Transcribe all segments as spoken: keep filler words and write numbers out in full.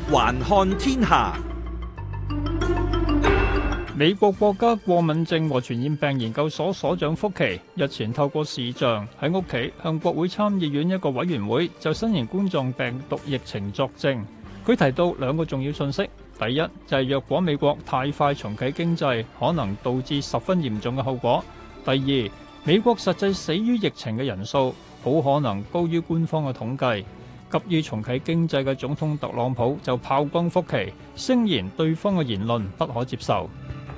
環看天下。 美國國家過敏症和傳染病研究所所長福奇日前透過視像喺屋企向國會參議院一個委員會就新型冠狀病毒疫情作證。佢提到兩個重要信息，第一就係若果美國太快重啟經濟，可能導致十分嚴重嘅後果；第二，美國實際死於疫情嘅人數好可能高於官方嘅統計。急於重啟經濟嘅總統特朗普就炮轟福奇，聲言對方嘅言論不可接受。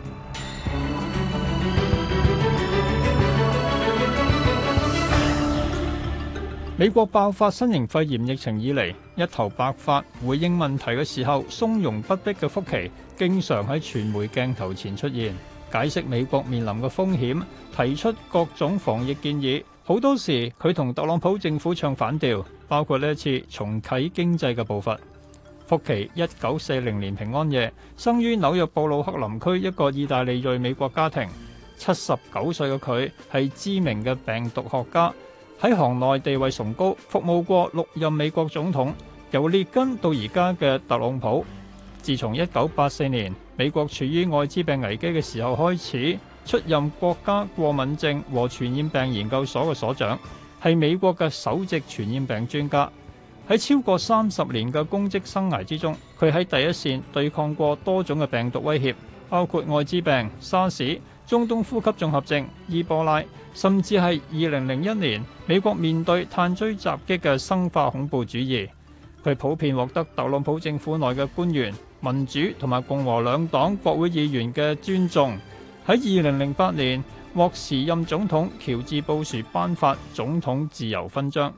美國爆發新型肺炎疫情以嚟，一頭白髮，回應問題嘅時候從容不迫嘅福奇，經常喺傳媒鏡頭前出現，解釋美國面臨嘅風險，提出各種防疫建議。好多時佢同特朗普政府唱反調，包括呢一次重啟經濟嘅步伐。福奇一九四零年平安夜生於紐約布魯克林區一個意大利裔美國家庭，七十九歲嘅佢係知名嘅病毒學家。喺行內地位崇高，服務過六任美國總統，由列根到而家嘅特朗普。自從一九八四年美國處於愛滋病危機嘅時候開始，出任國家過敏症和傳染病研究所嘅所長，係美國嘅首席傳染病專家。喺超過三十年嘅公職生涯之中，佢喺第一線對抗過多種嘅病毒威脅，包括愛滋病、沙士、中東呼吸綜合症、伊波拉，甚至係二零零一年美國面對炭疽襲擊嘅生化恐怖主義。佢普遍獲得特朗普政府內嘅官員、民主同埋共和兩黨國會議員嘅尊重。喺二零零八年獲時任總統喬治布殊頒發總統自由勳章。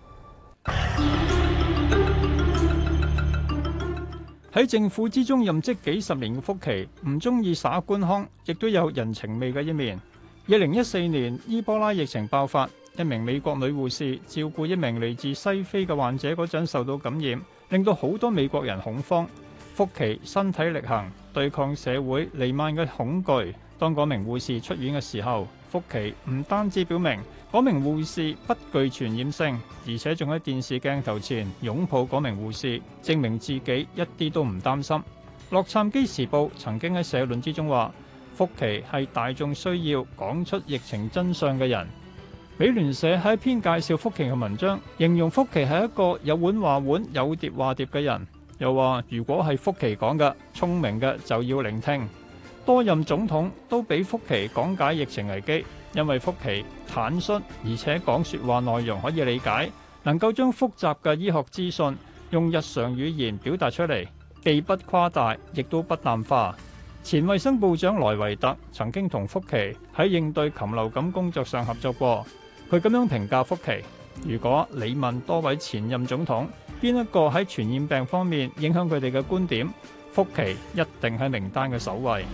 喺政府之中任職幾十年嘅福奇唔中意耍官腔，亦都有人情味嘅一面。二零一四年伊波拉疫情爆發，一名美國女護士照顧一名嚟自西非嘅患者嗰陣受到感染，令到好多美國人恐慌。福奇身體力行，對抗社會彌漫嘅恐懼。當嗰名護士出院嘅時候，福奇唔單止表明嗰名護士不具傳染性，而且仲喺電視鏡頭前擁抱嗰名護士，證明自己一啲都唔擔心。洛杉磯時報曾經喺社論之中話，福奇係大眾需要講出疫情真相嘅人。美聯社喺一篇介紹福奇嘅文章，形容福奇係一個有碗話碗、有碟話碟嘅人，又話如果係福奇講嘅，聰明嘅就要聆聽。多任總統都俾福奇講解疫情危機，因為福奇坦率，而且講說話內容可以理解，能夠將複雜嘅醫學資訊用日常語言表達出嚟，既不誇大，亦都不淡化。前衛生部長萊維特曾經同福奇喺應對禽流感工作上合作過，佢咁樣評價福奇：如果你問多位前任總統邊一個喺傳染病方面影響佢哋嘅觀點，福奇一定喺名單嘅首位。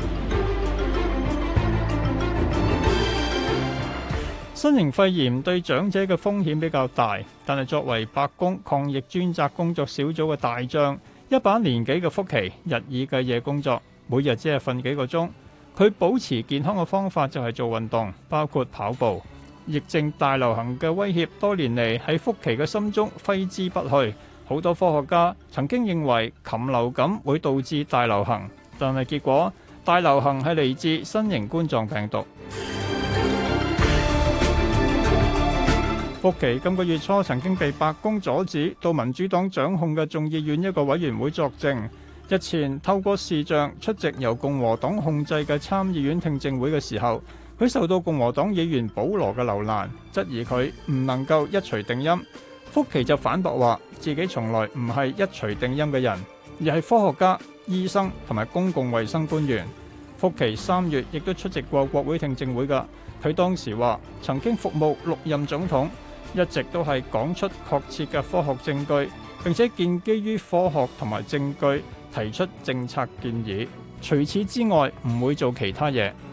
新型肺炎對長者嘅風險比較大，但係作為白宮抗疫專責工作小組嘅大將，一把年紀嘅福奇日以繼夜工作，每日只係瞓幾個鐘。佢保持健康嘅方法就係做運動，包括跑步。疫症大流行嘅威脅多年嚟喺福奇嘅心中揮之不去。好多科學家曾經認為禽流感會導致大流行，但係結果大流行係嚟自新型冠狀病毒。福奇今個月初曾經被白宮阻止到民主黨掌控嘅眾議院一個委員會作證。日前透過視像出席由共和黨控制嘅參議院聽證會嘅時候，佢受到共和黨議員保羅嘅留難，質疑佢唔能夠一錘定音。福奇就反駁話自己從來唔係一錘定音嘅人，而係科學家、醫生同埋公共衛生官員。福奇三月亦都出席過國會聽證會㗎，佢當時話曾經服務六任總統，一直都係講出確切嘅科學證據，並且建基於科學同埋證據提出政策建議，除此之外唔會做其他嘢。